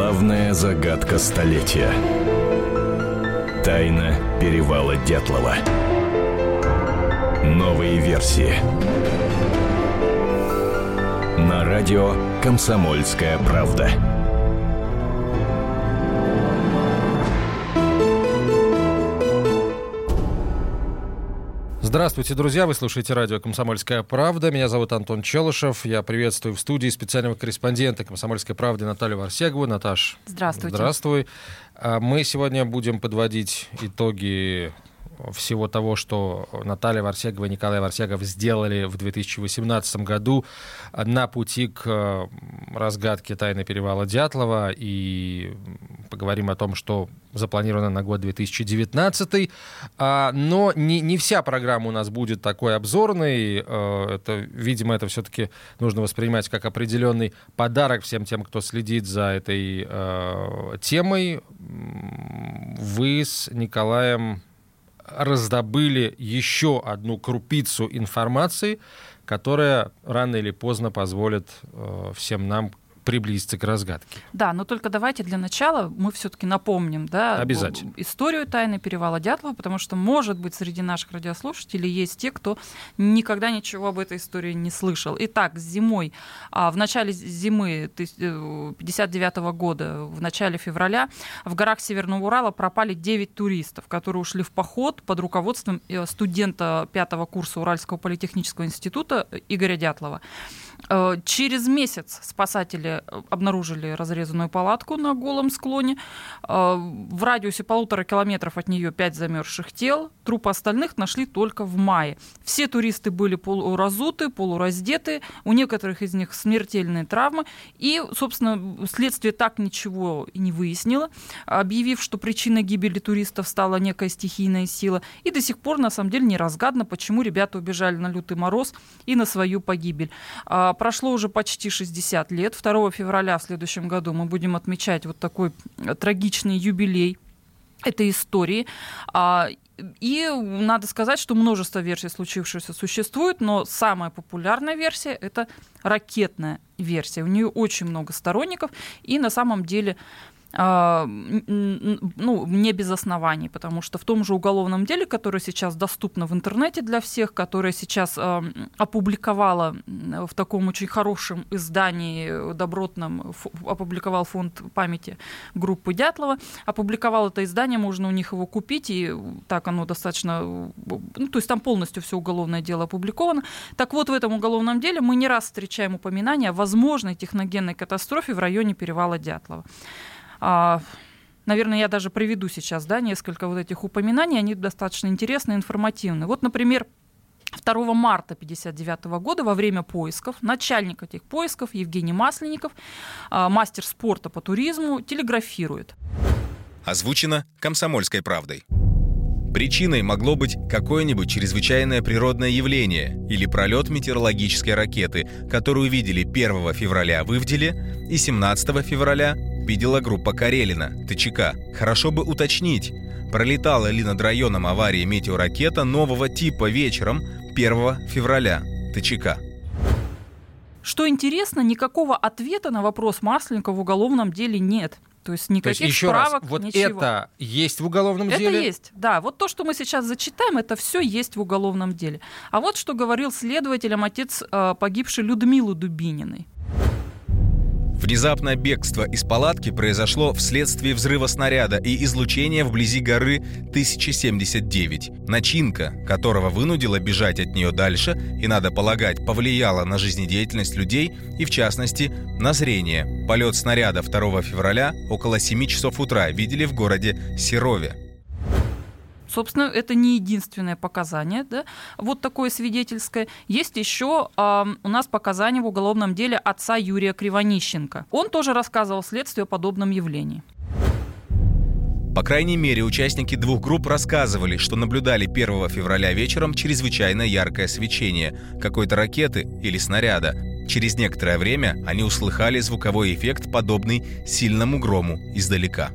Главная загадка столетия. Тайна перевала Дятлова. Новые версии. На радио «Комсомольская правда». Здравствуйте, друзья! Вы слушаете радио «Комсомольская правда». Меня зовут Антон Челышев. Я приветствую в студии специального корреспондента «Комсомольской правды» Наталью Варсегову. Наташ, здравствуйте. Здравствуй. Мы сегодня будем подводить итоги всего того, что Наталья Варсегова и Николай Варсегов сделали в 2018 году на пути к разгадке тайны перевала Дятлова. И поговорим о том, что запланировано на год 2019. Но не вся программа у нас будет такой обзорной. Видимо, это все-таки нужно воспринимать как определенный подарок всем тем, кто следит за этой темой. Вы с Николаем раздобыли еще одну крупицу информации, которая рано или поздно позволит всем нам приблизиться к разгадке. Да, но только давайте для начала мы все-таки напомним, историю тайны перевала Дятлова, потому что, может быть, среди наших радиослушателей есть те, кто никогда ничего об этой истории не слышал. Итак, в начале зимы 1959 года, в начале февраля, в горах Северного Урала пропали 9 туристов, которые ушли в поход под руководством студента 5-го курса Уральского политехнического института Игоря Дятлова. Через месяц спасатели обнаружили разрезанную палатку на голом склоне. В радиусе 1,5 километров от нее 5 замерзших тел. Трупы остальных нашли только в мае. Все туристы были полуразуты, полураздеты. У некоторых из них смертельные травмы. И, собственно, следствие так ничего и не выяснило, объявив, что причиной гибели туристов стала некая стихийная сила. И до сих пор, на самом деле, не разгадано, почему ребята убежали на лютый мороз и на свою погибель. Прошло уже почти 60 лет. 2 февраля в следующем году мы будем отмечать вот такой трагичный юбилей этой истории. И надо сказать, что множество версий случившегося существует, но самая популярная версия — это ракетная версия. У нее очень много сторонников, и на самом деле не без оснований, потому что в том же уголовном деле, которое сейчас доступно в интернете для всех, которое сейчас опубликовало в таком очень хорошем издании добротном, опубликовал фонд памяти группы Дятлова, опубликовал это издание, можно у них его купить, и так оно достаточно, то есть там полностью все уголовное дело опубликовано. Так вот, в этом уголовном деле мы не раз встречаем упоминания о возможной техногенной катастрофе в районе перевала Дятлова. Наверное, я даже приведу сейчас несколько вот этих упоминаний, они достаточно интересны и информативны. Вот, например, 2 марта 1959 года во время поисков начальник этих поисков Евгений Масленников, мастер спорта по туризму, телеграфирует. Озвучено «Комсомольской правдой». Причиной могло быть какое-нибудь чрезвычайное природное явление или пролет метеорологической ракеты, которую видели 1 февраля в Ивделе и 17 февраля видела группа Карелина, ТЧК. Хорошо бы уточнить, пролетала ли над районом аварии метеоракета нового типа вечером 1 февраля, ТЧК. Что интересно, никакого ответа на вопрос Масленникова в уголовном деле нет. То есть никаких еще справок, раз, вот ничего. Это есть в уголовном деле? Это есть, да. Вот то, что мы сейчас зачитаем, это все есть в уголовном деле. А вот что говорил следователям отец погибшей Людмилы Дубининой. Внезапное бегство из палатки произошло вследствие взрыва снаряда и излучения вблизи горы 1079, начинка которого вынудила бежать от нее дальше и, надо полагать, повлияла на жизнедеятельность людей и, в частности, на зрение. Полет снаряда 2 февраля около 7 часов утра видели в городе Серове. Собственно, это не единственное показание, да? Вот такое свидетельское. Есть еще у нас показания в уголовном деле отца Юрия Кривонищенко. Он тоже рассказывал следствию о подобном явлении. По крайней мере, участники 2 групп рассказывали, что наблюдали 1 февраля вечером чрезвычайно яркое свечение какой-то ракеты или снаряда. Через некоторое время они услыхали звуковой эффект, подобный сильному грому издалека.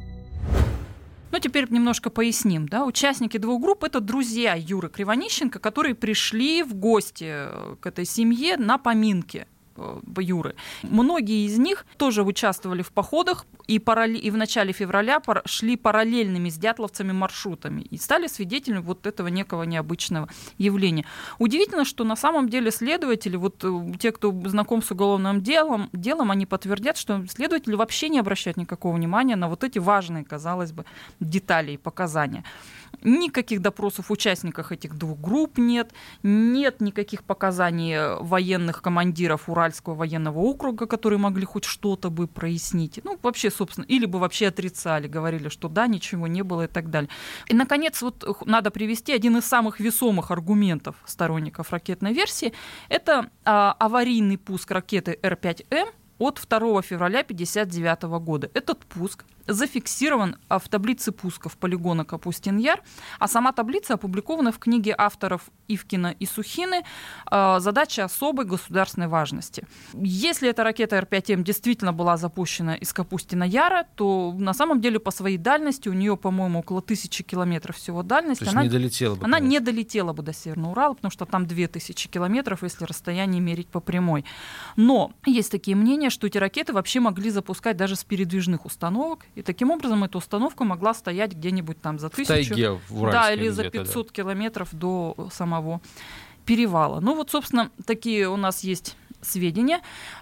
Ну, теперь немножко поясним. Да? Участники 2 групп — это друзья Юры Кривонищенко, которые пришли в гости к этой семье на поминки. Юры. Многие из них тоже участвовали в походах и в начале февраля шли параллельными с дятловцами маршрутами и стали свидетелями вот этого некого необычного явления. Удивительно, что на самом деле следователи, вот те, кто знаком с уголовным делом, они подтвердят, что следователи вообще не обращают никакого внимания на вот эти важные, казалось бы, детали и показания. Никаких допросов участников этих двух групп нет никаких показаний военных командиров Уральского военного округа, которые могли хоть что-то бы прояснить. Ну, вообще, собственно, или бы вообще отрицали, говорили, что да, ничего не было и так далее. И, наконец, вот надо привести один из самых весомых аргументов сторонников ракетной версии. Это аварийный пуск ракеты Р-5М от 2 февраля 1959 года. Этот пуск зафиксирован в таблице пусков полигона Капустин-Яр, а сама таблица опубликована в книге авторов Ивкина и Сухины «Задача особой государственной важности». Если эта ракета Р-5М действительно была запущена из Капустина-Яра, то на самом деле по своей дальности, у нее, по-моему, около 1000 километров всего дальность, она не долетела бы, она не долетела бы до Северного Урала, потому что там 2000 километров, если расстояние мерить по прямой. Но есть такие мнения, что эти ракеты вообще могли запускать даже с передвижных установок, и таким образом эта установка могла стоять где-нибудь там за 1000, в тайге, в Уральске, или за 500 километров до самого перевала. Ну вот, собственно, такие у нас есть сведения.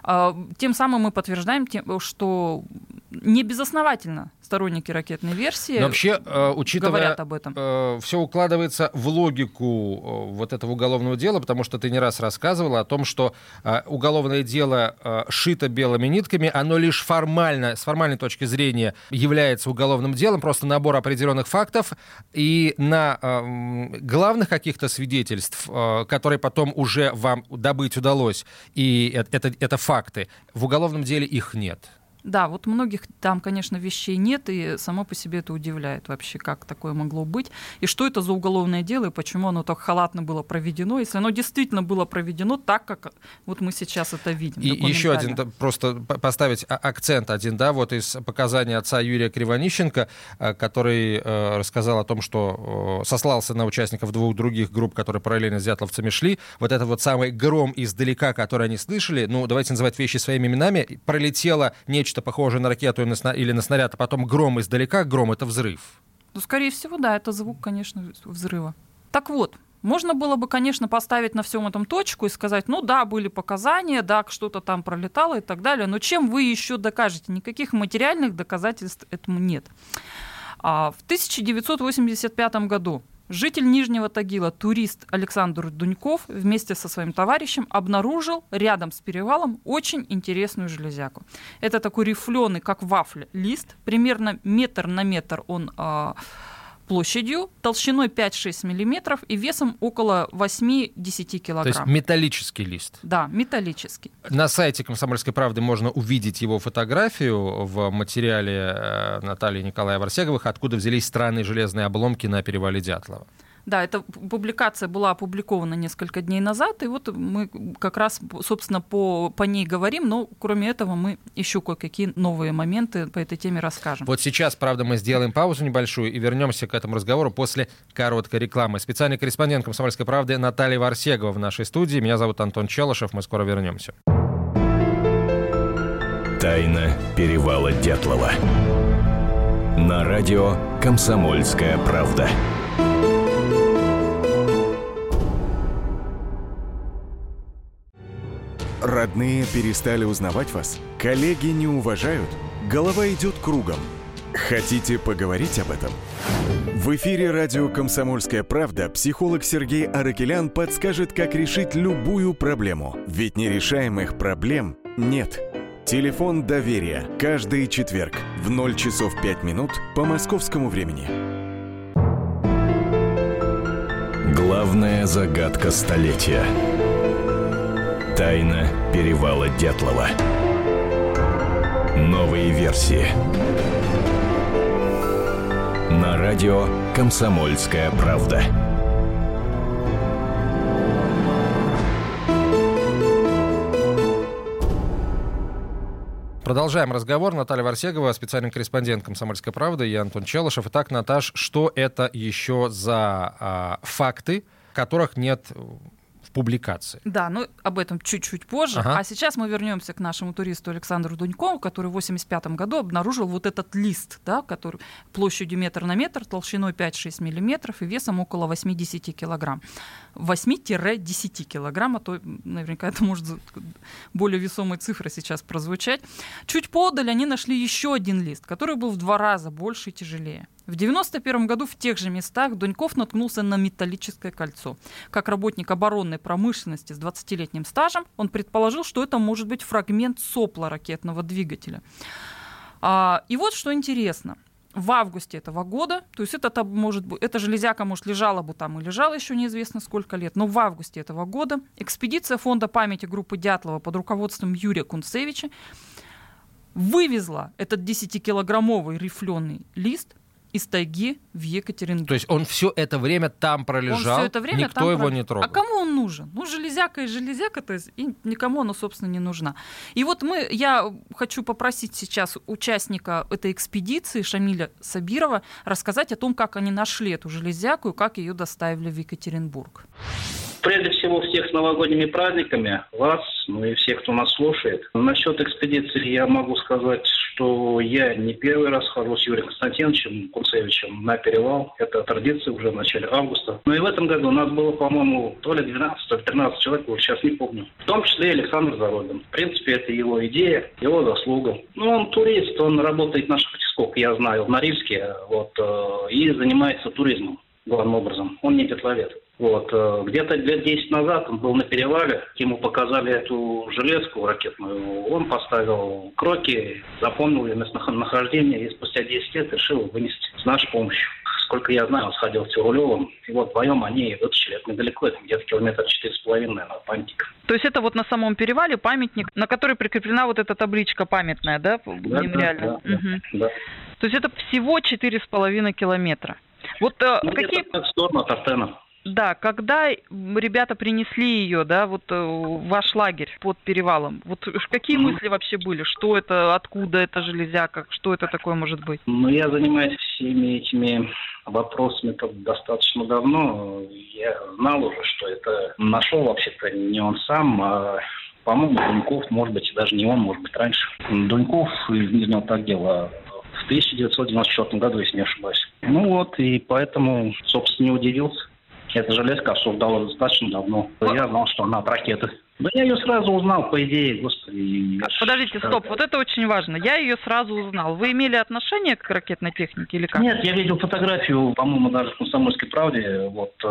Тем самым мы подтверждаем, что не безосновательно сторонники ракетной версии вообще, говорят об этом. Все укладывается в логику вот этого уголовного дела, потому что ты не раз рассказывала о том, что уголовное дело шито белыми нитками, оно лишь формально, с формальной точки зрения, является уголовным делом, просто набор определенных фактов, и на главных каких-то свидетельств, которые потом уже вам добыть удалось, и это факты, в уголовном деле их нет. Да, вот многих там, конечно, вещей нет, и само по себе это удивляет вообще, как такое могло быть, и что это за уголовное дело, и почему оно так халатно было проведено, если оно действительно было проведено так, как вот мы сейчас это видим. И еще один, просто поставить акцент один, да, вот из показаний отца Юрия Кривонищенко, который рассказал о том, что сослался на участников двух других групп, которые параллельно с дятловцами шли, вот этот вот самый гром издалека, который они слышали, ну, давайте называть вещи своими именами, пролетело нечто похожее на ракету или на снаряд, а потом гром издалека, гром — это взрыв. Ну, скорее всего, да, это звук, конечно, взрыва. Так вот, можно было бы, конечно, поставить на всем этом точку и сказать, ну да, были показания, да, что-то там пролетало и так далее, но чем вы еще докажете? Никаких материальных доказательств этому нет. В 1985 году житель Нижнего Тагила, турист Александр Дуньков вместе со своим товарищем обнаружил рядом с перевалом очень интересную железяку. Это такой рифленый, как вафля, лист, примерно метр на метр он площадью, толщиной 5-6 миллиметров и весом около 8-10 килограмм. То есть металлический лист? Да, металлический. На сайте «Комсомольской правды» можно увидеть его фотографию в материале Натальи и Николая Варсеговых, откуда взялись странные железные обломки на перевале Дятлова. Да, эта публикация была опубликована несколько дней назад, и вот мы как раз, собственно, по ней говорим, но кроме этого мы еще кое-какие новые моменты по этой теме расскажем. Вот сейчас, правда, мы сделаем паузу небольшую и вернемся к этому разговору после короткой рекламы. Специальный корреспондент «Комсомольской правды» Наталья Варсегова в нашей студии. Меня зовут Антон Челышев, мы скоро вернемся. Тайна перевала Дятлова. На радио «Комсомольская правда». Родные перестали узнавать вас? Коллеги не уважают? Голова идет кругом. Хотите поговорить об этом? В эфире радио «Комсомольская правда» психолог Сергей Аракелян подскажет, как решить любую проблему. Ведь нерешаемых проблем нет. Телефон доверия. Каждый четверг в 0 часов 5 минут по московскому времени. Главная загадка столетия. Тайна перевала Дятлова. Новые версии. На радио «Комсомольская правда». Продолжаем разговор. Наталья Варсегова, специальный корреспондент «Комсомольской правды», я Антон Челышев. Итак, Наташ, что это еще за факты, которых нет публикации. Да, но об этом чуть-чуть позже. Ага. А сейчас мы вернемся к нашему туристу Александру Дунькову, который в 1985 году обнаружил вот этот лист, да, который площадью метр на метр, толщиной 5-6 миллиметров и весом около 8-10 килограмм. 8-10 килограмм, а то наверняка это может более весомой цифрой сейчас прозвучать. Чуть поодаль они нашли еще один лист, который был в 2 раза больше и тяжелее. В 1991 году в тех же местах Дуньков наткнулся на металлическое кольцо. Как работник оборонной промышленности с 20-летним стажем, он предположил, что это может быть фрагмент сопла ракетного двигателя. И вот что интересно. В августе этого года, то есть эта железяка, может, лежала бы там и лежала еще неизвестно сколько лет, но в августе этого года экспедиция Фонда памяти группы Дятлова под руководством Юрия Кунцевича вывезла этот 10-килограммовый рифленый лист из тайги в Екатеринбург. То есть он все это время там пролежал, никто его не трогал. А кому он нужен? Ну, железяка и железяка, то есть и никому она, собственно, не нужна. И вот я хочу попросить сейчас участника этой экспедиции, Шамиля Сабирова, рассказать о том, как они нашли эту железяку и как ее доставили в Екатеринбург. Прежде всего, всех с новогодними праздниками, вас, ну и всех, кто нас слушает. Насчет экспедиции я могу сказать, что я не первый раз хожу с Юрием Константиновичем Кунцевичем на перевал. Это традиция уже в начале августа. Но и в этом году у нас было, по-моему, то ли 12, то ли 13 человек, уже сейчас не помню. В том числе и Александр Зарубин. В принципе, это его идея, его заслуга. Ну, он турист, он работает на шахте, сколько я знаю, в Норильске, и занимается туризмом главным образом. Он не петловед. Где-то лет 10 назад он был на перевале, ему показали эту железку ракетную, он поставил кроки, запомнил ее местонахождение и спустя 10 лет решил вынести с нашей помощью. Сколько я знаю, он сходил с Тирулевым, и вдвоем они вытащили, это недалеко, это где-то километр 4,5, наверное, памятник. То есть это на самом перевале памятник, на который прикреплена вот эта табличка памятная, да, мемориальная? Да. То есть это всего 4,5 километра. Какие... в сторону от Артена. Да, когда ребята принесли ее, да, в ваш лагерь под перевалом, какие мысли вообще были? Что это, откуда эта железяка, что это такое может быть? Я занимаюсь всеми этими вопросами достаточно давно. Я знал уже, что это нашел вообще-то не он сам, а, по-моему, Дуньков, может быть, даже не он, может быть, раньше. Дуньков из Нижнего Тагила в 1994 году, если не ошибаюсь. И поэтому, собственно, не удивился. Эта железка обсуждалась достаточно давно. Я знал, что она от ракеты. Да я ее сразу узнал, по идее, господи. Подождите, стоп, это очень важно. Я ее сразу узнал. Вы имели отношение к ракетной технике или как? Нет, я видел фотографию, по-моему, даже в «Комсомольской правде»,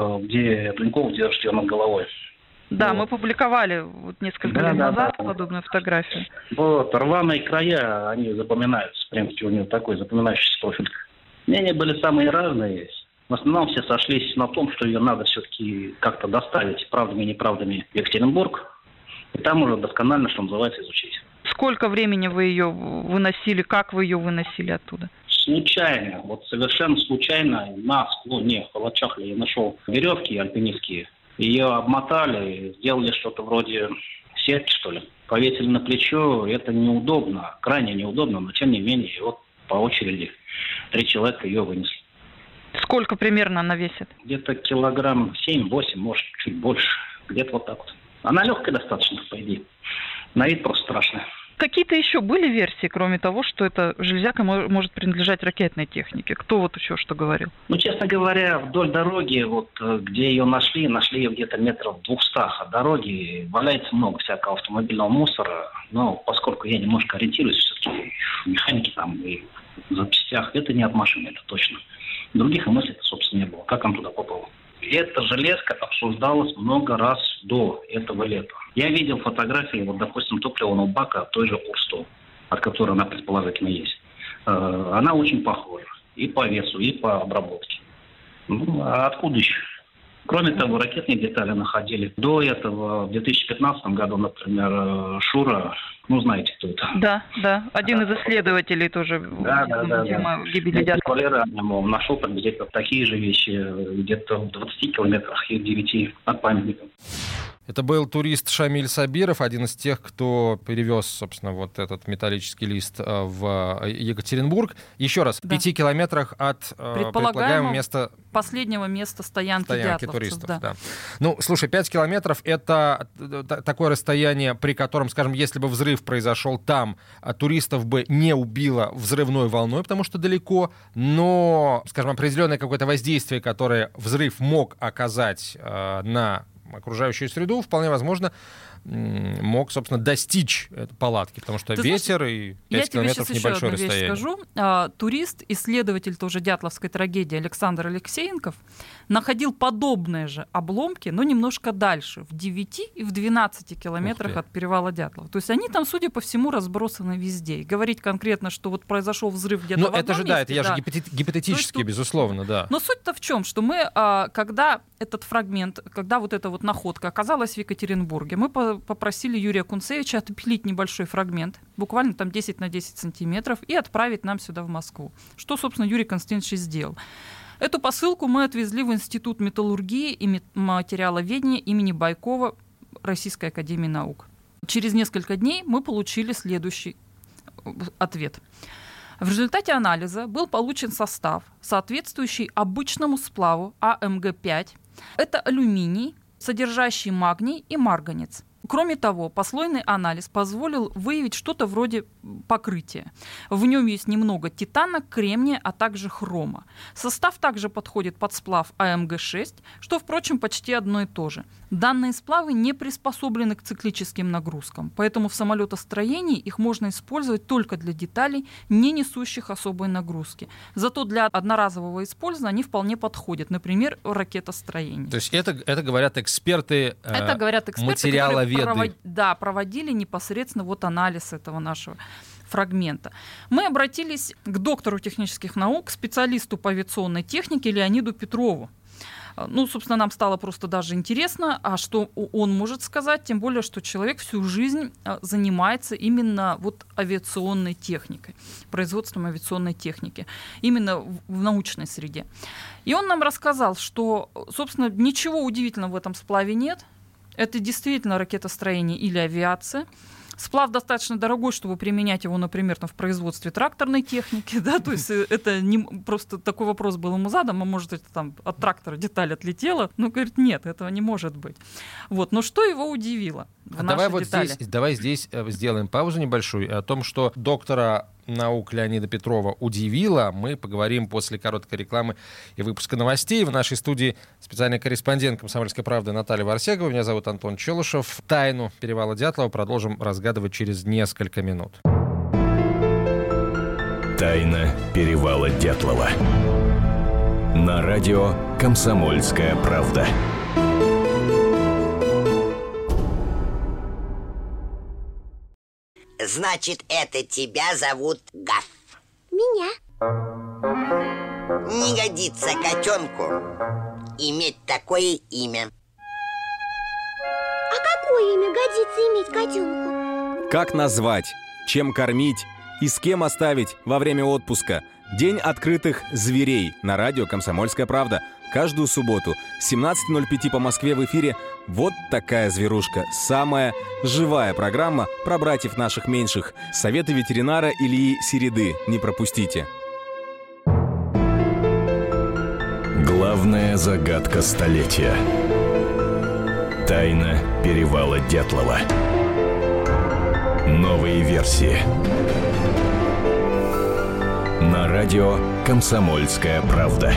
где Дуньков держит ее над головой. Да, мы публиковали несколько лет назад подобную фотографию. Рваные края, они запоминаются. В принципе, у нее такой запоминающийся профиль. Мнения были самые разные. В основном все сошлись на том, что ее надо все-таки как-то доставить правдами и неправдами в Екатеринбург. И там уже досконально, что называется, изучить. Сколько времени вы ее выносили, как вы ее выносили оттуда? Случайно, совершенно случайно на склоне в Калачахле я нашел веревки альпинистские. Ее обмотали, сделали что-то вроде сетки, что ли. Повесили на плечо, это неудобно, крайне неудобно, но тем не менее, по очереди 3 человека ее вынесли. Сколько примерно она весит? Где-то килограмм 7-8, может, чуть больше. Где-то так вот. Она легкая достаточно, по идее. На вид просто страшная. Какие-то еще были версии, кроме того, что эта железяка может принадлежать ракетной технике? Кто еще что говорил? Честно говоря, вдоль дороги, где ее нашли ее где-то метров 200 от дороги. Валяется много всякого автомобильного мусора. Но поскольку я немножко ориентируюсь все-таки в механике и в запчастях, это не от машины, это точно. Других мыслей, собственно, не было. Как он туда попал? Эта железка обсуждалась много раз до этого лета. Я видел фотографии, допустим, топливного бака той же Ур-100, от которой она предположительно есть. Она очень похожа и по весу, и по обработке. А откуда еще? Кроме того, ракетные детали находили. До этого, в 2015 году, например, Шура, знаете, кто это? Да. Один из исследователей тоже. Гибели Дятлова. Нашел приблизительно такие же вещи, где-то в 20 километрах и в 9 от памятника. Это был турист Шамиль Сабиров, один из тех, кто перевез, собственно, вот этот металлический лист в Екатеринбург. Еще раз, в 5 километрах от предполагаемого места... последнего места стоянки дятловцев. Туристов, да. Ну, слушай, 5 километров — это такое расстояние, при котором, скажем, если бы взрыв произошел там, туристов бы не убило взрывной волной, потому что далеко, но, скажем, определенное какое-то воздействие, которое взрыв мог оказать на окружающую среду, вполне возможно, мог, собственно, достичь этой палатки, потому что ветер и 5 километров небольшое расстояние. Я тебе скажу. Турист, исследователь тоже дятловской трагедии Александр Алексеенков находил подобные же обломки, но немножко дальше, в 9 и в 12 километрах от перевала Дятлова. То есть они там, судя по всему, разбросаны везде. И говорить конкретно, что вот произошел взрыв где-то в одном это же, месте... это я же гипотетически, есть, безусловно, да. Но суть-то в чем? Что мы, когда этот фрагмент, когда вот эта вот находка оказалась в Екатеринбурге, мы попросили Юрия Кунцевича отпилить небольшой фрагмент, буквально там 10 на 10 сантиметров, и отправить нам сюда в Москву. Что, собственно, Юрий Константинович сделал. Эту посылку мы отвезли в Институт металлургии и материаловедения имени Байкова Российской академии наук. Через несколько дней мы получили следующий ответ. В результате анализа был получен состав, соответствующий обычному сплаву АМГ-5. Это алюминий, содержащий магний и марганец. Кроме того, послойный анализ позволил выявить что-то вроде покрытия. В нем есть немного титана, кремния, а также хрома. Состав также подходит под сплав АМГ-6, что, впрочем, почти одно и то же. Данные сплавы не приспособлены к циклическим нагрузкам, поэтому в самолетостроении их можно использовать только для деталей, не несущих особой нагрузки. Зато для одноразового использования они вполне подходят, например, в ракетостроении. То есть это говорят эксперты, материаловеды. Проводили непосредственно вот анализ этого нашего фрагмента. Мы обратились к доктору технических наук, специалисту по авиационной технике Леониду Петрову. Ну, собственно, нам стало просто даже интересно, а что он может сказать, тем более, что человек всю жизнь занимается именно вот авиационной техникой, производством авиационной техники, именно в научной среде. И он нам рассказал, что, собственно, ничего удивительного в этом сплаве нет. Это действительно ракетостроение или авиация. Сплав достаточно дорогой, чтобы применять его, например, в производстве тракторной техники. Да? То есть это не просто такой вопрос был ему задан, а может, это там от трактора деталь отлетела. Но говорит, нет, этого не может быть. Вот. Но что его удивило в нашей детали? Давай здесь сделаем паузу небольшую. О том, что доктора наук Леонида Петрова удивило, мы поговорим после короткой рекламы и выпуска новостей. В нашей студии специальный корреспондент «Комсомольской правды» Наталья Варсегова. Меня зовут Антон Челышев. Тайну перевала Дятлова продолжим разгадывать через несколько минут. Тайна перевала Дятлова. На радио «Комсомольская правда». Значит, это тебя зовут Гаф? Меня. Не годится котенку иметь такое имя. А какое имя годится иметь котенку? Как назвать, чем кормить и с кем оставить во время отпуска? День открытых зверей на радио «Комсомольская правда». Каждую субботу с 17:05 по Москве в эфире «Вот такая зверушка». Самая живая программа про братьев наших меньших. Советы ветеринара Ильи Середы. Не пропустите. Главная загадка столетия. Тайна перевала Дятлова. Новые версии. На радио «Комсомольская правда».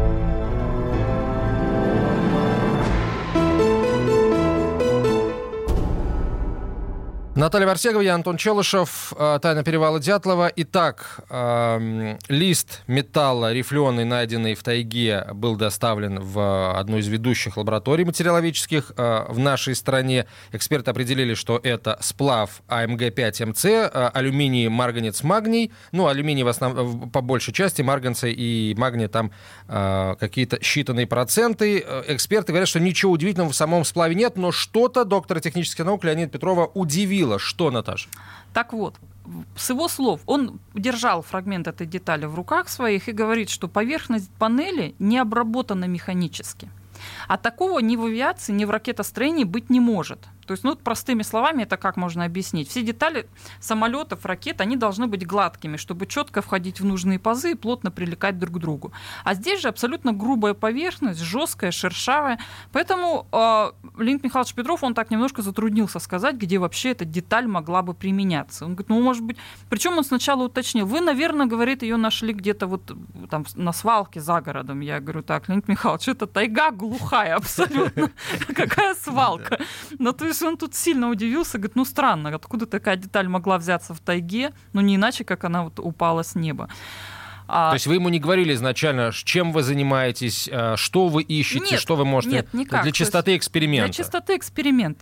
Наталья Варсегова, я Антон Челышев. Тайна перевала Дятлова. Итак, лист металла рифленый, найденный в тайге, был доставлен в одну из ведущих лабораторий материаловедческих в нашей стране. Эксперты определили, что это сплав АМГ-5МЦ, алюминий, марганец, магний. Ну, алюминий в основном, по большей части, марганца и магния там какие-то считанные проценты. Эксперты говорят, что ничего удивительного в самом сплаве нет, но что-то доктора технических наук Леонида Петрова удивило. Что, Наташа? Так вот, с его слов, он держал фрагмент этой детали в руках своих и говорит, что поверхность панели не обработана механически. А такого ни в авиации, ни в ракетостроении быть не может. То есть, простыми словами, это как можно объяснить? Все детали самолетов, ракет, они должны быть гладкими, чтобы четко входить в нужные пазы и плотно прилегать друг к другу. А здесь же абсолютно грубая поверхность, жесткая, шершавая. Поэтому Леонид Михайлович Петров, он так немножко затруднился сказать, где вообще эта деталь могла бы применяться. Он говорит, может быть... Причем он сначала уточнил, вы, наверное, говорит, ее нашли где-то там на свалке за городом. Я говорю, так, Леонид Михайлович, это тайга глухая абсолютно. Какая свалка? То есть он тут сильно удивился, говорит, странно, откуда такая деталь могла взяться в тайге, не иначе, как она упала с неба. То есть вы ему не говорили изначально, чем вы занимаетесь, что вы ищете, что вы можете... Нет, никак. Для чистоты эксперимента. Для чистоты эксперимента.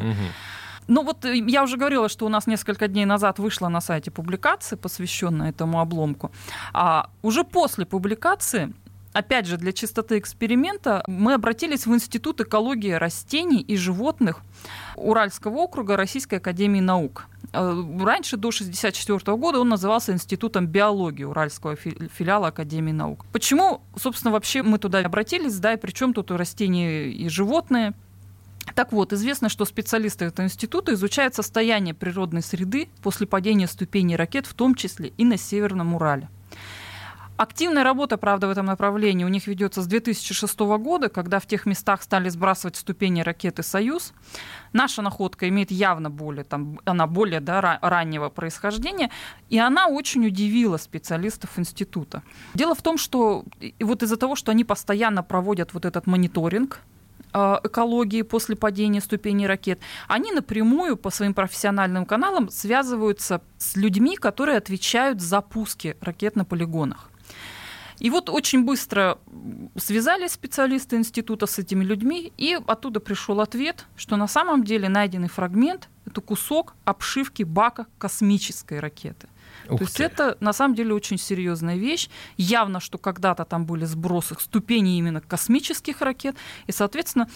Я уже говорила, что у нас несколько дней назад вышла на сайте публикация, посвященная этому обломку. А уже после публикации, опять же, для чистоты эксперимента, мы обратились в Институт экологии растений и животных Уральского округа Российской академии наук. Раньше, до 1964 года, он назывался Институтом биологии Уральского филиала Академии наук. Почему, собственно, вообще мы туда обратились, и при чем тут растения и животные? Так вот, известно, что специалисты этого института изучают состояние природной среды после падения ступеней ракет, в том числе и на Северном Урале. Активная работа, правда, в этом направлении у них ведется с 2006 года, когда в тех местах стали сбрасывать ступени ракеты «Союз». Наша находка имеет явно более раннего происхождения, и она очень удивила специалистов института. Дело в том, что из-за того, что они постоянно проводят этот мониторинг экологии после падения ступеней ракет, они напрямую по своим профессиональным каналам связываются с людьми, которые отвечают за пуски ракет на полигонах. И очень быстро связались специалисты института с этими людьми, и оттуда пришел ответ, что на самом деле найденный фрагмент — это кусок обшивки бака космической ракеты. То есть это на самом деле очень серьезная вещь. Явно, что когда-то там были сбросы ступеней именно космических ракет. И, соответственно,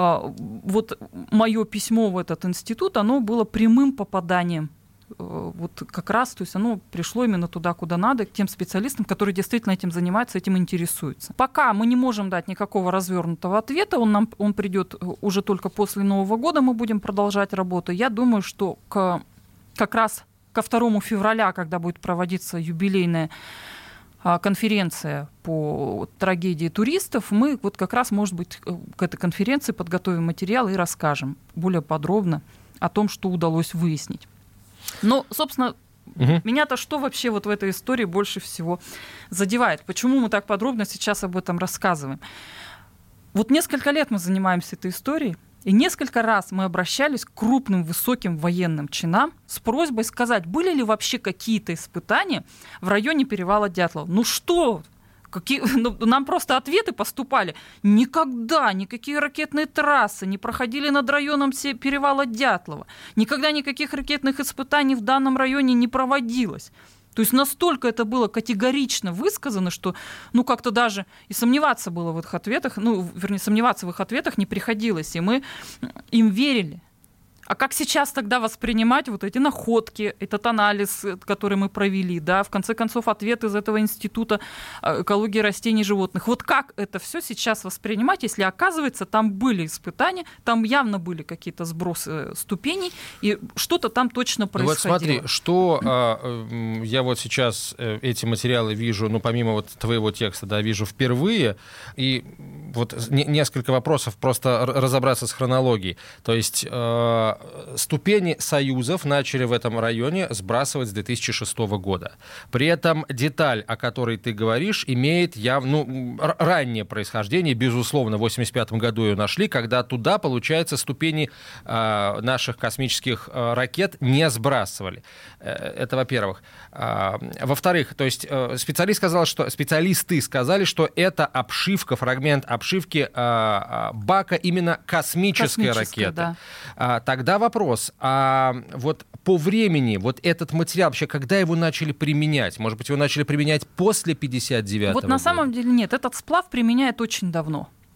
мое письмо в этот институт, оно было прямым попаданием. Как раз, то есть оно пришло именно туда, куда надо, к тем специалистам, которые действительно этим занимаются, этим интересуются. Пока мы не можем дать никакого развернутого ответа, он придет уже только после Нового года, мы будем продолжать работу. Я думаю, что как раз ко 2 февраля, когда будет проводиться юбилейная конференция по трагедии туристов, мы как раз, может быть, к этой конференции подготовим материал и расскажем более подробно о том, что удалось выяснить. Но, собственно, меня-то что вообще в этой истории больше всего задевает? Почему мы так подробно сейчас об этом рассказываем? Несколько лет мы занимаемся этой историей, и несколько раз мы обращались к крупным высоким военным чинам с просьбой сказать, были ли вообще какие-то испытания в районе перевала Дятлова. Нам просто ответы поступали. Никогда никакие ракетные трассы не проходили над районом перевала Дятлова. Никогда никаких ракетных испытаний в данном районе не проводилось. То есть настолько это было категорично высказано, что как-то даже и сомневаться было в их ответах, сомневаться в их ответах не приходилось, и мы им верили. А как сейчас тогда воспринимать эти находки, этот анализ, который мы провели, в конце концов, ответ из этого института экологии растений и животных? Как это все сейчас воспринимать, если, оказывается, там были испытания, там явно были какие-то сбросы ступеней, и что-то там точно происходило? Смотри, что я сейчас эти материалы вижу, помимо твоего текста, вижу впервые, и несколько вопросов, просто разобраться с хронологией. То есть ступени союзов начали в этом районе сбрасывать с 2006 года. При этом деталь, о которой ты говоришь, имеет раннее происхождение. Безусловно, в 1985 году ее нашли, когда туда, получается, ступени наших космических ракет не сбрасывали. Это во-первых. Во-вторых, то есть специалисты сказали, что это обшивка, фрагмент обшивки бака именно космической ракеты. Да. Тогда вопрос, по времени этот материал вообще, когда его начали применять? Может быть, его начали применять после 1959 года? На самом деле нет, этот сплав применяют очень давно.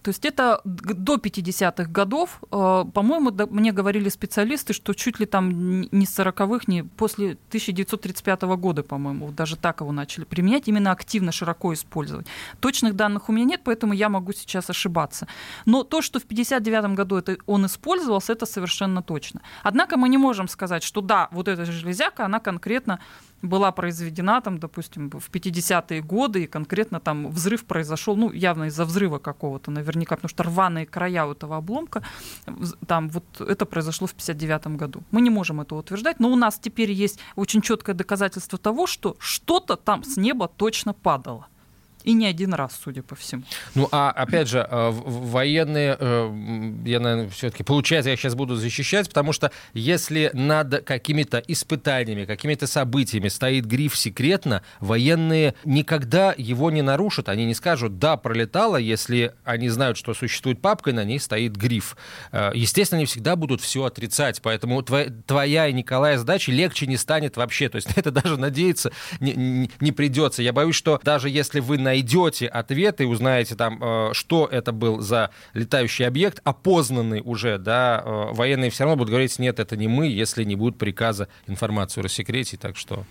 То есть это до 50-х годов, по-моему, мне говорили специалисты, что чуть ли там не с 40-х, не после 1935 года, по-моему, даже так его начали применять, именно активно, широко использовать. Точных данных у меня нет, поэтому я могу сейчас ошибаться. Но то, что в 1959 году он использовался, это совершенно точно. Однако мы не можем сказать, что да, вот эта железяка, она конкретно была произведена, там, допустим, в 50-е годы, и конкретно там взрыв произошел, ну, явно из-за взрыва какого-то, наверняка, потому что рваные края у этого обломка, там вот это произошло в 59 году. Мы не можем это утверждать, но у нас теперь есть очень четкое доказательство того, что что-то там с неба точно падало. И не один раз, судя по всему. Ну, а опять же, военные, я, наверное, все-таки, получается, я сейчас буду защищать, потому что если над какими-то испытаниями, какими-то событиями стоит гриф «секретно», военные никогда его не нарушат. Они не скажут «да, пролетало», если они знают, что существует папка, и на ней стоит гриф. Естественно, они всегда будут все отрицать, поэтому твоя и Николая задача легче не станет вообще. То есть это даже надеяться не придется. Я боюсь, что даже если вы найдете ответы и узнаете там, что это был за летающий объект, опознанный уже, да, военные все равно будут говорить, нет, это не мы, если не будет приказа информацию рассекретить, так что...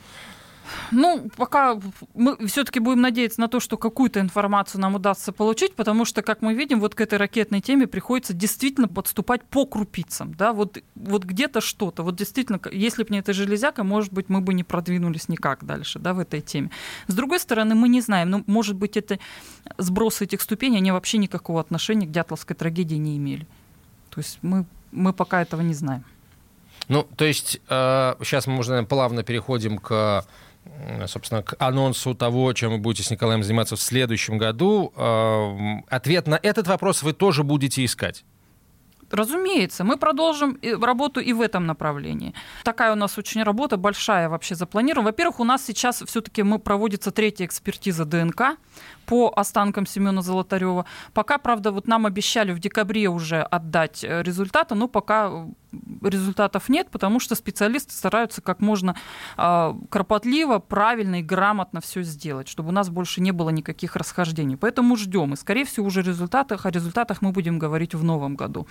Ну, пока мы все-таки будем надеяться на то, что какую-то информацию нам удастся получить, потому что, как мы видим, вот к этой ракетной теме приходится действительно подступать по крупицам, да, вот где-то что-то, вот действительно, если бы не эта железяка, может быть, мы бы не продвинулись никак дальше, да, в этой теме. С другой стороны, мы не знаем, ну, может быть, это сбросы этих ступеней, они вообще никакого отношения к Дятловской трагедии не имели. То есть мы пока этого не знаем. Ну, то есть сейчас мы, наверное, плавно переходим собственно, к анонсу того, чем вы будете с Николаем заниматься в следующем году. Ответ на этот вопрос вы тоже будете искать. Разумеется, мы продолжим работу и в этом направлении. Такая у нас очень работа большая вообще запланирована. Во-первых, у нас сейчас все-таки проводится третья экспертиза ДНК по останкам Семена Золотарева. Пока, правда, вот нам обещали в декабре уже отдать результаты, но пока результатов нет, потому что специалисты стараются как можно кропотливо, правильно и грамотно все сделать, чтобы у нас больше не было никаких расхождений. Поэтому ждем. И, скорее всего, уже о результатах мы будем говорить в новом году.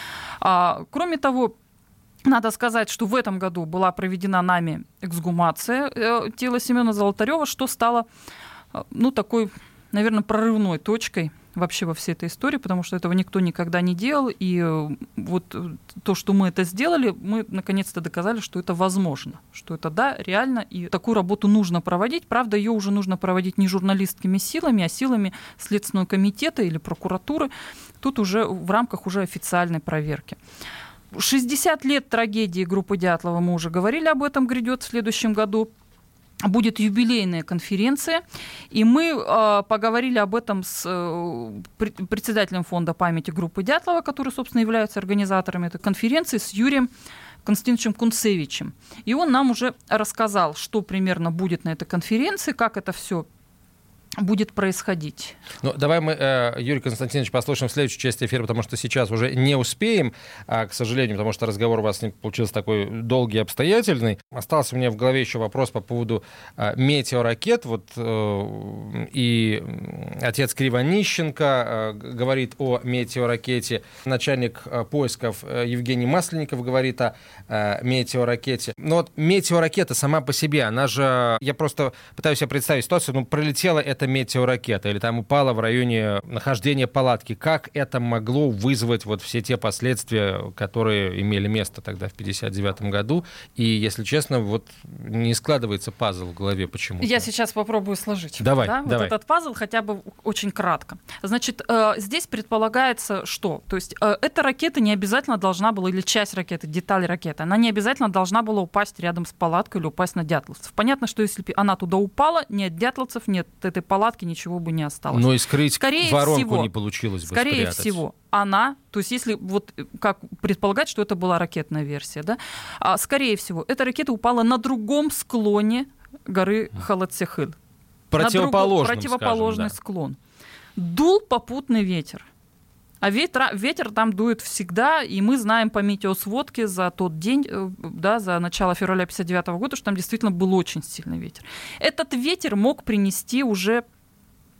Кроме того, надо сказать, что в этом году была проведена нами эксгумация тела Семена Золотарева, что стало, ну, такой, наверное, прорывной точкой вообще во всей этой истории, потому что этого никто никогда не делал. И вот то, что мы это сделали, мы наконец-то доказали, что это возможно, что это, да, реально, и такую работу нужно проводить. Правда, ее уже нужно проводить не журналистскими силами, а силами Следственного комитета или прокуратуры. Тут уже в рамках уже официальной проверки. 60 лет трагедии группы Дятлова, мы уже говорили об этом, грядет в следующем году. Будет юбилейная конференция, и мы поговорили об этом с председателем фонда памяти группы Дятлова, который, собственно, является организатором этой конференции, с Юрием Константиновичем Кунцевичем. И он нам уже рассказал, что примерно будет на этой конференции, как это все будет происходить. Ну, давай мы, Юрий Константинович, послушаем в следующей части эфира, потому что сейчас уже не успеем, к сожалению, потому что разговор у вас не получился такой долгий и обстоятельный. Остался у меня в голове еще вопрос по поводу метеоракет. Вот, и отец Кривонищенко говорит о метеоракете. Начальник поисков Евгений Масленников говорит о метеоракете. Но вот метеоракета сама по себе, она же... Я просто пытаюсь себе представить ситуацию, ну, пролетела эта метеоракета или там упала в районе нахождения палатки. Как это могло вызвать вот все те последствия, которые имели место тогда в 1959 году? И, если честно, вот не складывается пазл в голове почему-то. Я сейчас попробую сложить. Давай. Вот этот пазл хотя бы очень кратко. Значит, здесь предполагается, что? То есть эта ракета не обязательно должна была, или часть ракеты, деталь ракеты, она не обязательно должна была упасть рядом с палаткой или упасть на дятловцев. Понятно, что если бы она туда упала, ни от дятловцев, ни от этой палатки ничего бы не осталось. Но и скрыть воронку не получилось бы. Скорее всего, она, то есть если вот как предполагать, что это была ракетная версия, да, скорее всего, эта ракета упала на другом склоне горы Халацехыл. Противоположный склон. Дул попутный ветер. А ветер там дует всегда, и мы знаем по метеосводке за тот день, да, за начало февраля 1959 года, что там действительно был очень сильный ветер. Этот ветер мог принести уже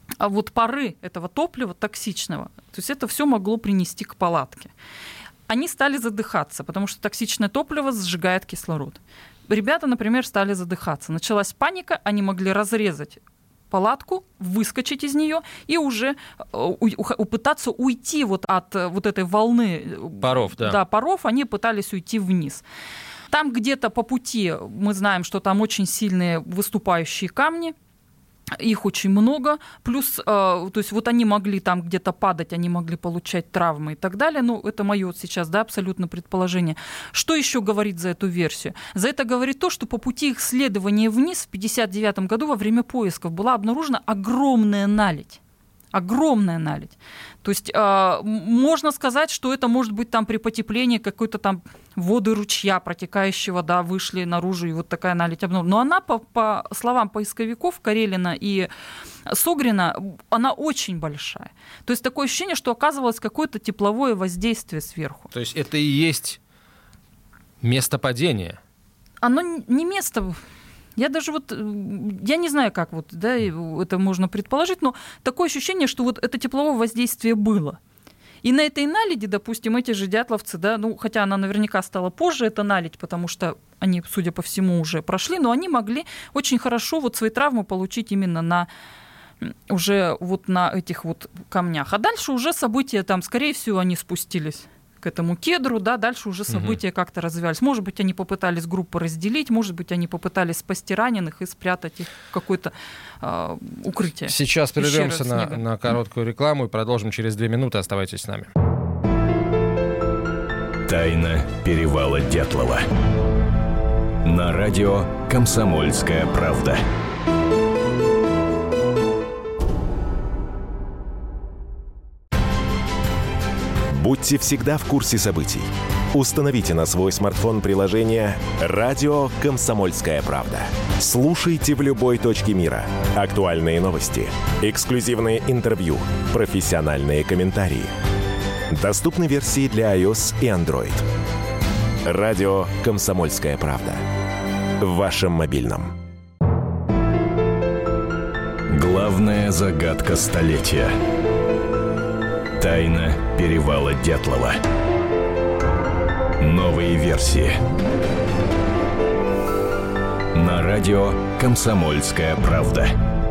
а вот пары этого топлива токсичного, то есть это все могло принести к палатке. Они стали задыхаться, потому что токсичное топливо сжигает кислород. Ребята, например, стали задыхаться. Началась паника, они могли разрезать палатку, выскочить из нее и уже пытаться уйти вот от вот этой волны паров, да. Да, паров, они пытались уйти вниз. Там где-то по пути мы знаем, что там очень сильные выступающие камни, их очень много, плюс, то есть вот они могли там где-то падать, они могли получать травмы и так далее, ну, это мое вот сейчас, да, абсолютно предположение. Что еще говорит за эту версию? За это говорит то, что по пути их следования вниз в 1959 году во время поисков была обнаружена огромная наледь. Огромная наледь. То есть можно сказать, что это может быть там при потеплении какой-то там воды ручья протекающего, да, вышли наружу, и вот такая наледь обнаружена. Но она, по словам поисковиков Карелина и Согрина, она очень большая. То есть такое ощущение, что оказывалось какое-то тепловое воздействие сверху. То есть это и есть место падения? Оно не место... Я даже вот, я не знаю, как вот, да, это можно предположить, но такое ощущение, что вот это тепловое воздействие было. И на этой наледи, допустим, эти же дятловцы, да, ну, хотя она наверняка стала позже, эта наледь, потому что они, судя по всему, уже прошли, но они могли очень хорошо вот свои травмы получить именно на уже вот на этих вот камнях. А дальше уже события там, скорее всего, они спустились к этому кедру, да, дальше уже события как-то развивались. Может быть, они попытались группу разделить, может быть, они попытались спасти раненых и спрятать их в какое-то укрытие. Сейчас прервемся на короткую рекламу и продолжим через 2 минуты. Оставайтесь с нами. Тайна перевала Дятлова. На радио «Комсомольская правда». Будьте всегда в курсе событий. Установите на свой смартфон приложение «Радио Комсомольская правда». Слушайте в любой точке мира. Актуальные новости, эксклюзивные интервью, профессиональные комментарии. Доступны версии для iOS и Android. «Радио Комсомольская правда». В вашем мобильном. Главная загадка столетия. Тайна перевала Дятлова. Новые версии. На радио «Комсомольская правда».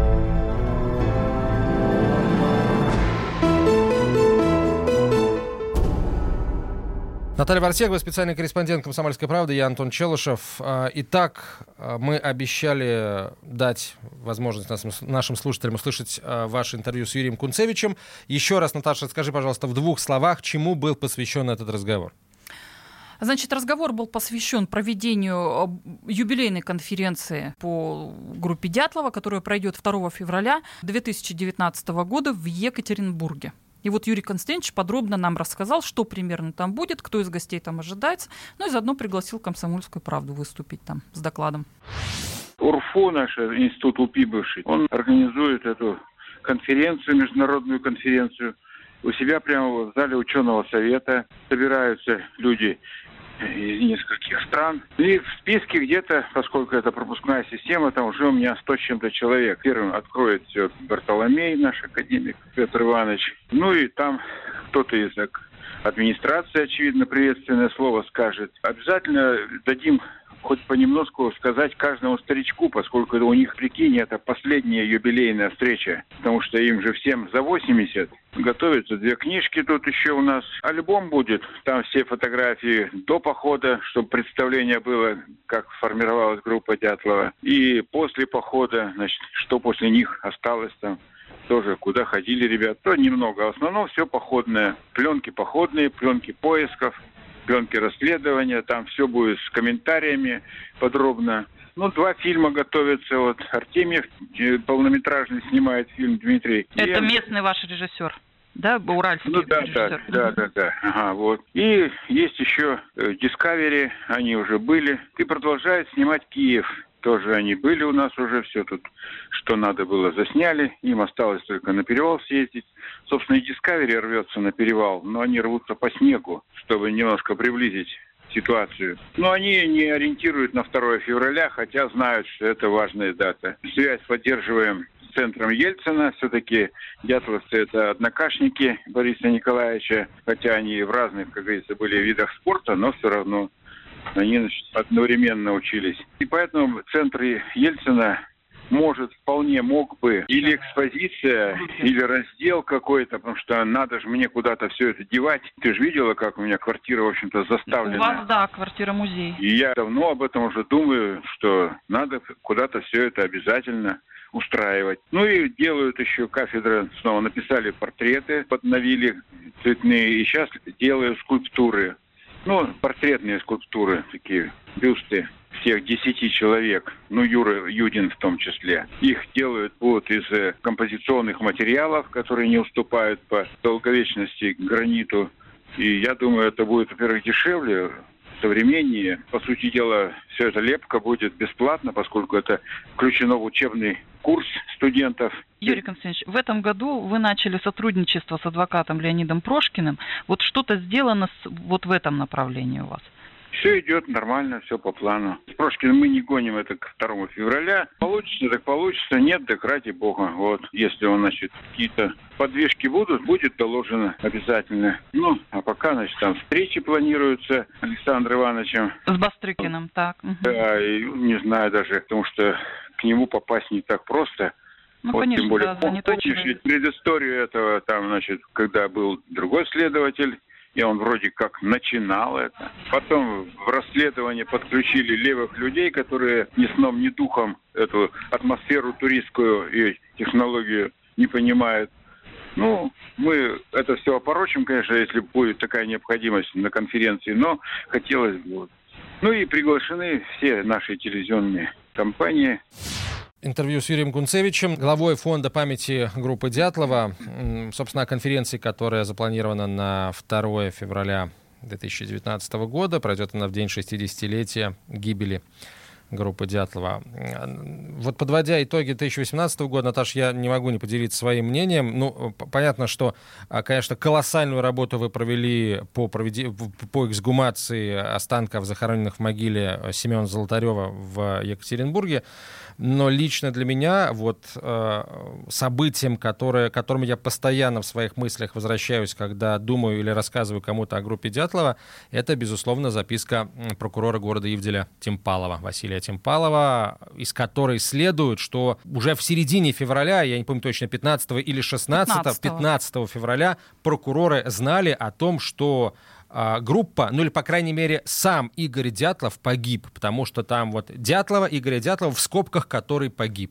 Наталья Варсегова, специальный корреспондент «Комсомольской правды», я Антон Челышев. Итак, мы обещали дать возможность нашим слушателям услышать ваше интервью с Юрием Кунцевичем. Еще раз, Наташа, скажи, пожалуйста, в 2 словах, чему был посвящен этот разговор? Значит, разговор был посвящен проведению юбилейной конференции по группе Дятлова, которая пройдет 2 февраля 2019 года в Екатеринбурге. И вот Юрий Константинович подробно нам рассказал, что примерно там будет, кто из гостей там ожидается, ну и заодно пригласил «Комсомольскую правду» выступить там с докладом. УРФУ, наш институт УПИ бывший, он организует эту конференцию, международную конференцию. У себя прямо в зале ученого совета собираются люди из нескольких стран. И в списке где-то, поскольку это пропускная система, там уже у меня 100 с чем-то человек. Первым откроет все Бартоломей, наш академик Петр Иванович. Ну и там кто-то из администрации, очевидно, приветственное слово скажет. Обязательно дадим хоть понемножку сказать каждому старичку, поскольку у них, прикинь, это последняя юбилейная встреча, потому что им же всем за 80. Готовятся 2 книжки тут еще у нас. Альбом будет, там все фотографии до похода, чтобы представление было, как формировалась группа Дятлова. И после похода, значит, что после них осталось там. Тоже куда ходили ребята, то немного. В основном все походное. Пленки походные, пленки поисков, пленки расследования. Там все будет с комментариями подробно. Ну, 2 фильма готовятся. Вот Артемьев полнометражный снимает фильм, Дмитрий. Это местный ваш режиссер, да? Уральский режиссер. Да. Ага, вот. И есть еще Discovery, они уже были. И продолжает снимать Киев. Тоже они были у нас уже, все тут, что надо было, засняли. Им осталось только на перевал съездить. Собственно, и Discovery рвется на перевал, но они рвутся по снегу, чтобы немножко приблизить ситуацию. Но они не ориентируют на 2 февраля, хотя знают, что это важная дата. Связь поддерживаем центром Ельцина. Все-таки дятловцы — это однокашники Бориса Николаевича, хотя они в разных, как говорится, были видах спорта, но все равно они одновременно учились. И поэтому в центре Ельцина вполне мог бы или экспозиция, или раздел какой-то, потому что надо же мне куда-то все это девать. Ты же видела, как у меня квартира, в общем-то, заставлена. У вас, да, квартира-музей. И я давно об этом уже думаю, что надо куда-то все это обязательно устраивать. Ну и делают еще кафедры, снова написали портреты, подновили цветные, и сейчас делают скульптуры. Портретные скульптуры, такие бюсты всех 10 человек, Юра Юдин в том числе. Их делают из композиционных материалов, которые не уступают по долговечности граниту. И я думаю, это будет, во-первых, дешевле, современнее. По сути дела, все это лепка будет бесплатно, поскольку это включено в учебный курс студентов. Юрий Константинович, в этом году вы начали сотрудничество с адвокатом Леонидом Прошкиным. Вот что-то сделано в этом направлении у вас? Все идет нормально, все по плану. С Прошкиным мы не гоним это к 2 февраля. Получится, так получится. Нет, так ради бога. Если какие-то подвижки будет доложено обязательно. А пока, там встречи планируются с Александром Ивановичем. С Бастрыкиным, так. Да, и не знаю даже, потому что к нему попасть не так просто. Конечно, тем более, помнишь предысторию этого, когда был другой следователь, и он вроде как начинал это. Потом в расследование подключили левых людей, которые ни сном, ни духом эту атмосферу туристскую и технологию не понимают. Мы это все опорочим, конечно, если будет такая необходимость на конференции, но хотелось бы. И приглашены все наши телевизионные компании. Интервью с Юрием Кунцевичем, главой фонда памяти группы Дятлова. Собственно, о конференции, которая запланирована на 2 февраля 2019 года. Пройдет она в день 60-летия гибели группы Дятлова. Подводя итоги 2018 года, Наташ, я не могу не поделиться своим мнением. Понятно, что, конечно, колоссальную работу вы провели по эксгумации останков, захороненных в могиле Семена Золотарева в Екатеринбурге. Но лично для меня событием, которым я постоянно в своих мыслях возвращаюсь, когда думаю или рассказываю кому-то о группе Дятлова, это, безусловно, записка прокурора города Ивделя Тимпалова, Василия Тимпалова, из которой следует, что уже в середине февраля, я не помню точно, 15 или 16, 15 февраля прокуроры знали о том, что группа, или, по крайней мере, сам Игорь Дятлов погиб, потому что там Игоря Дятлова в скобках, который погиб.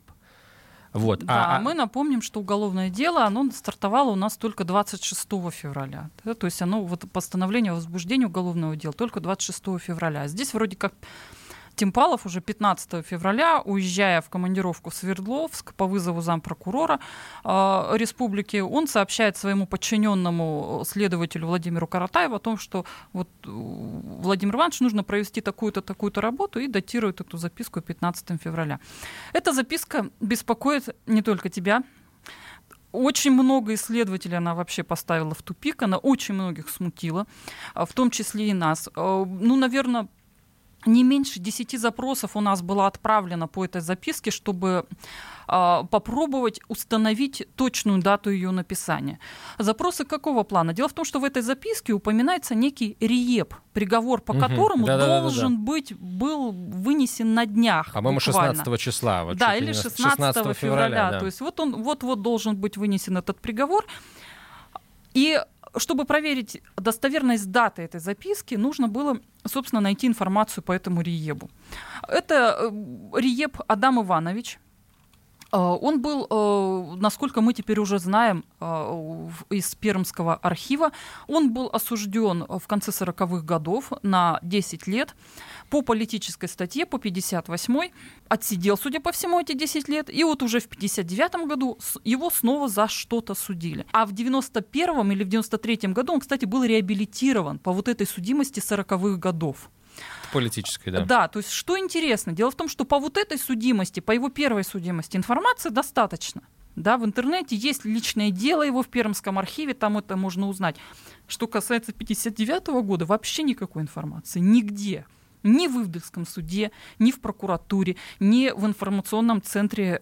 Да, мы напомним, что уголовное дело, оно стартовало у нас только 26 февраля. Да, то есть постановление о возбуждении уголовного дела только 26 февраля. Здесь вроде как Тимпалов уже 15 февраля, уезжая в командировку в Свердловск по вызову зампрокурора республики, он сообщает своему подчиненному следователю Владимиру Каратаеву о том, что Владимир Иванович, нужно провести такую-то, такую-то работу, и датирует эту записку 15 февраля. Эта записка беспокоит не только тебя. Очень много исследователей она вообще поставила в тупик, она очень многих смутила, в том числе и нас. Наверное, не меньше 10 запросов у нас было отправлено по этой записке, чтобы попробовать установить точную дату ее написания. Запросы какого плана? Дело в том, что в этой записке упоминается некий риеп, приговор по которому был вынесен на днях. По-моему, буквально. 16 числа. Да, или 16 февраля. Да. То есть он вот-вот должен быть вынесен этот приговор. И чтобы проверить достоверность даты этой записки, нужно было, собственно, найти информацию по этому риебу. Это риеб Адам Иванович. Он был, насколько мы теперь уже знаем из Пермского архива, он был осужден в конце 40-х годов на 10 лет по политической статье, по 58-й. Отсидел, судя по всему, эти 10 лет. И уже в 59-м году его снова за что-то судили. А в 91-м или в 93-м году он, кстати, был реабилитирован по этой судимости 40-х годов. Политической, да. Да, то есть что интересно? Дело в том, что по этой судимости, по его первой судимости информации достаточно. Да, в интернете есть личное дело его в Пермском архиве, там это можно узнать. Что касается 59-го года, вообще никакой информации, нигде. Ни в Ивдельском суде, ни в прокуратуре, ни в информационном центре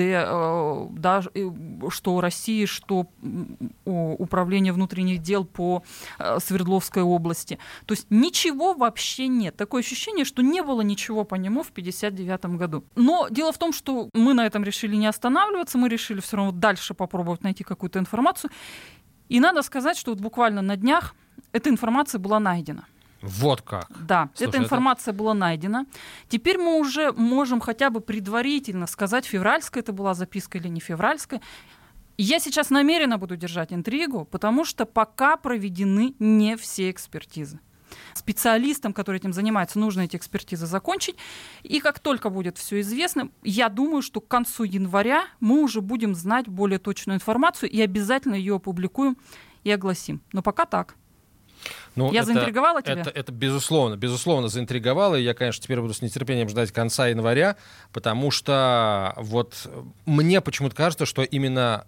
МВД, да, что России, что Управление внутренних дел по Свердловской области. То есть ничего вообще нет. Такое ощущение, что не было ничего по нему в 1959 году. Но дело в том, что мы на этом решили не останавливаться, мы решили все равно дальше попробовать найти какую-то информацию. И надо сказать, что вот буквально на днях эта информация была найдена. Вот как. Да, слушай, эта информация была найдена. Теперь мы уже можем хотя бы предварительно сказать, февральская это была записка или не февральская. Я сейчас намеренно буду держать интригу, потому что пока проведены не все экспертизы. Специалистам, которые этим занимаются, нужно эти экспертизы закончить. И как только будет все известно, я думаю, что к концу января мы уже будем знать более точную информацию и обязательно ее опубликуем и огласим. Но пока так. Ну, я заинтриговала тебя? Это безусловно заинтриговало. И я, конечно, теперь буду с нетерпением ждать конца января, потому что вот мне почему-то кажется, что именно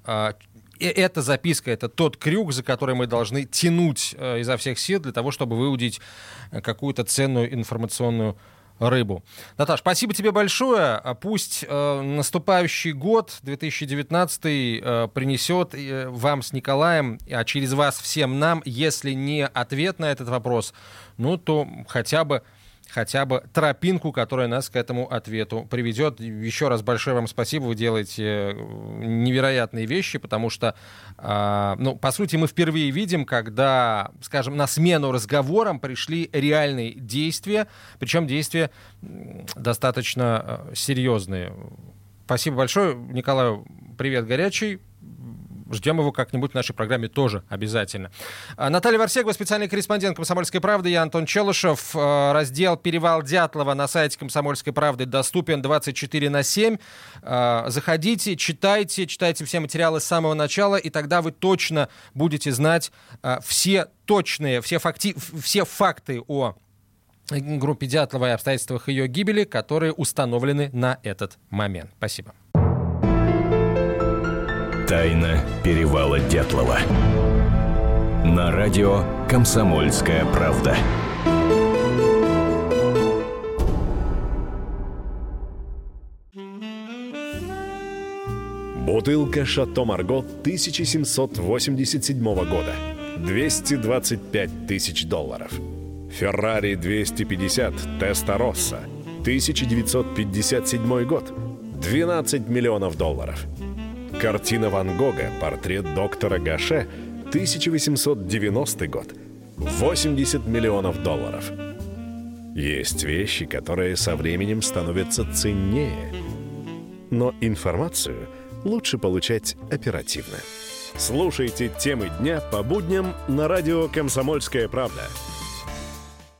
эта записка — это тот крюк, за который мы должны тянуть изо всех сил для того, чтобы выудить какую-то ценную информационную рыбу. Наташ, спасибо тебе большое. Пусть наступающий год, 2019, принесет вам с Николаем, а через вас всем нам, если не ответ на этот вопрос, ну, то хотя бы тропинку, которая нас к этому ответу приведет. Еще раз большое вам спасибо, вы делаете невероятные вещи, потому что, по сути, мы впервые видим, когда, скажем, на смену разговорам пришли реальные действия, причем действия достаточно серьезные. Спасибо большое. Николаю привет горячий. Ждем его как-нибудь в нашей программе тоже обязательно. Наталья Варсегова, специальный корреспондент «Комсомольской правды». Я Антон Челышев. Раздел «Перевал Дятлова» на сайте «Комсомольской правды» доступен 24/7. Заходите, читайте все материалы с самого начала, и тогда вы точно будете знать все факты о группе Дятлова и обстоятельствах ее гибели, которые установлены на этот момент. Спасибо. Тайна перевала Дятлова. На радио «Комсомольская правда». Бутылка «Шато Марго» 1787 года. $225 тысяч. Феррари 250 Теста-Росса. 1957 год. $12 миллионов. Картина Ван Гога «Портрет доктора Гаше», 1890 год. $80 миллионов. Есть вещи, которые со временем становятся ценнее. Но информацию лучше получать оперативно. Слушайте темы дня по будням на радио «Комсомольская правда».